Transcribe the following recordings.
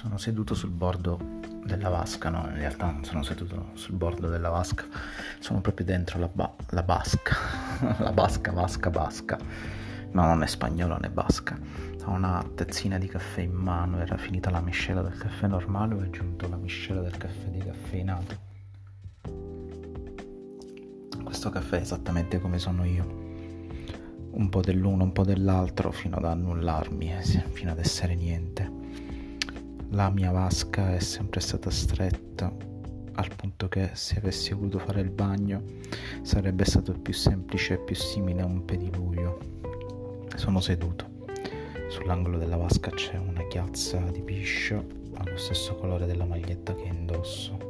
Sono seduto sul bordo della vasca, no, in realtà non sono seduto sul bordo della vasca, sono proprio dentro la basca, basca. No, non è spagnolo né basca. Ho una tazzina di caffè in mano, era finita la miscela del caffè normale, ho aggiunto la miscela del caffè decaffeinato. Questo caffè è esattamente come sono io. Un po' dell'uno, un po' dell'altro, fino ad annullarmi, fino ad essere niente. La mia vasca è sempre stata stretta, al punto che se avessi voluto fare il bagno sarebbe stato più semplice e più simile a un pediluvio. Sono seduto. Sull'angolo della vasca c'è una chiazza di piscio allo stesso colore della maglietta che indosso.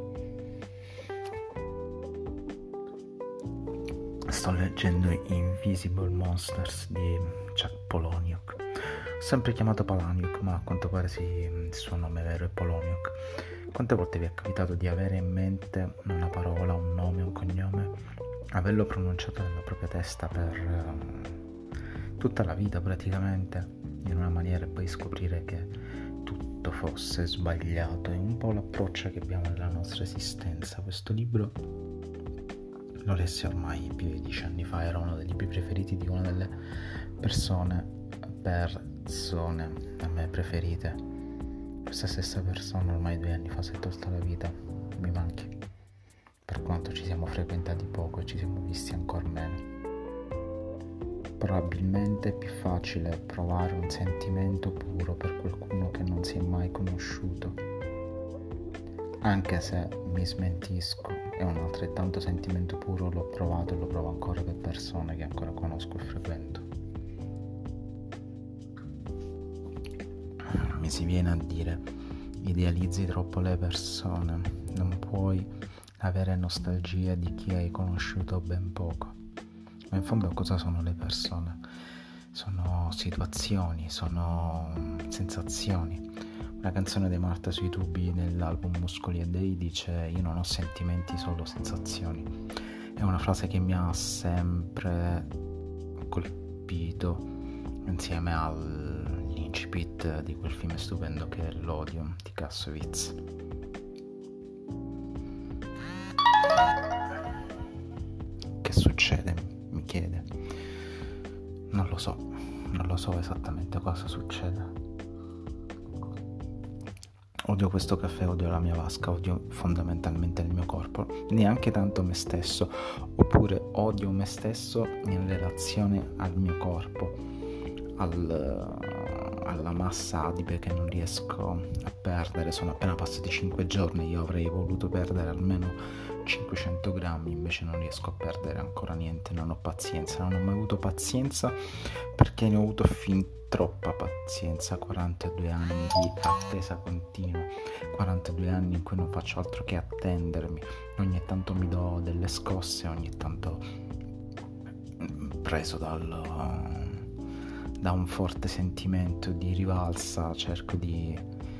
Sto leggendo Invisible Monsters di Chuck Palahniuk. Ho sempre chiamato Palahniuk, ma a quanto pare il suo nome vero è Poloniuk. Quante volte vi è capitato di avere in mente una parola, un nome, un cognome, averlo pronunciato nella propria testa per tutta la vita praticamente, in una maniera, e poi scoprire che tutto fosse sbagliato? È un po' l'approccio che abbiamo nella nostra esistenza. Questo libro lo lessi ormai più di 10 anni fa, era uno dei libri preferiti di una delle persone a me preferite. Questa stessa persona ormai 2 anni fa si è tolta la vita. Mi manchi, per quanto ci siamo frequentati poco e ci siamo visti ancora meno. Probabilmente è più facile provare un sentimento puro per qualcuno che non si è mai conosciuto, anche se mi smentisco, e un altrettanto sentimento puro l'ho provato e lo provo ancora per persone che ancora conosco e frequento. Mi si viene a dire: idealizzi troppo le persone, non puoi avere nostalgia di chi hai conosciuto ben poco. Ma in fondo cosa sono le persone? Sono situazioni, sono sensazioni. Una canzone di Marta sui tubi nell'album Muscoli e Dei dice: io non ho sentimenti, solo sensazioni. È una frase che mi ha sempre colpito, insieme all'incipit di quel film stupendo che è L'Odio di Kassovitz. Che succede? Mi chiede. Non lo so esattamente cosa succede. Odio questo caffè, odio la mia vasca, odio fondamentalmente il mio corpo, neanche tanto me stesso, oppure odio me stesso in relazione al mio corpo, alla massa adipe che non riesco a perdere. Sono appena passati 5 giorni, io avrei voluto perdere almeno 500 grammi, invece non riesco a perdere ancora niente, non ho pazienza, non ho mai avuto pazienza, perché ne ho avuto fin troppa pazienza. 42 anni di attesa continua, 42 anni in cui non faccio altro che attendermi, ogni tanto mi do delle scosse, ogni tanto preso da un forte sentimento di rivalsa cerco di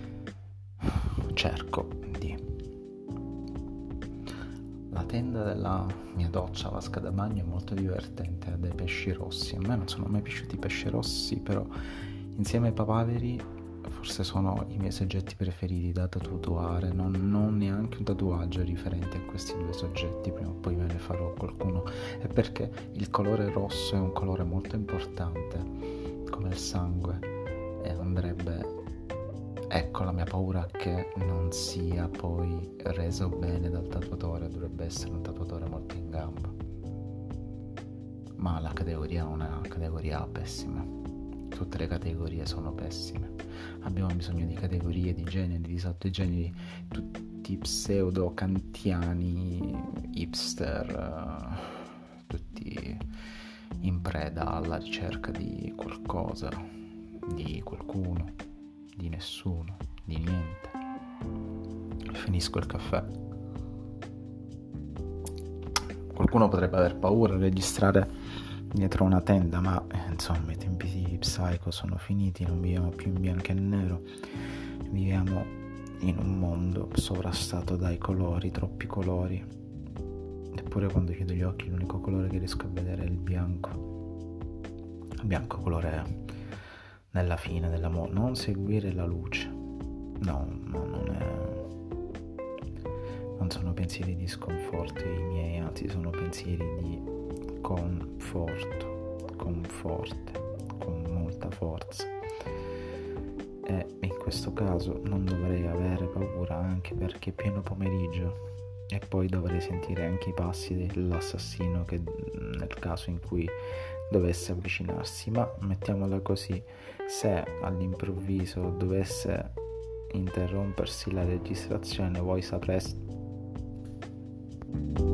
la tenda della mia doccia, vasca da bagno, è molto divertente, ha dei pesci rossi. A me non sono mai piaciuti i pesci rossi, però insieme ai papaveri forse sono i miei soggetti preferiti da tatuare. Non ho neanche un tatuaggio riferente a questi due soggetti, prima o poi me ne farò qualcuno. È perché il colore rosso è un colore molto importante, come il sangue, e andrebbe... Ecco la mia paura, che non sia poi reso bene dal tatuatore. Dovrebbe essere un tatuatore molto in gamba, ma la categoria è una categoria pessima. Tutte le categorie sono pessime. Abbiamo bisogno di categorie, di generi, di sottogeneri, tutti pseudo kantiani, hipster, tutti in preda alla ricerca di qualcosa, di qualcuno, di nessuno, di niente. Finisco il caffè. Qualcuno potrebbe aver paura a registrare dietro una tenda, ma insomma i tempi di Psycho sono finiti, non viviamo più in bianco e nero, viviamo in un mondo sovrastato dai colori, troppi colori. Eppure quando chiudo gli occhi l'unico colore che riesco a vedere è il bianco. Il bianco colore nella fine dell'amore, non seguire la luce, No, non sono pensieri di sconforto i miei, anzi sono pensieri di conforto, conforte, con molta forza. E in questo caso non dovrei avere paura, anche perché è pieno pomeriggio e poi dovrei sentire anche i passi dell'assassino, che nel caso in cui dovesse avvicinarsi. Ma mettiamola così: se all'improvviso dovesse interrompersi la registrazione, voi sapreste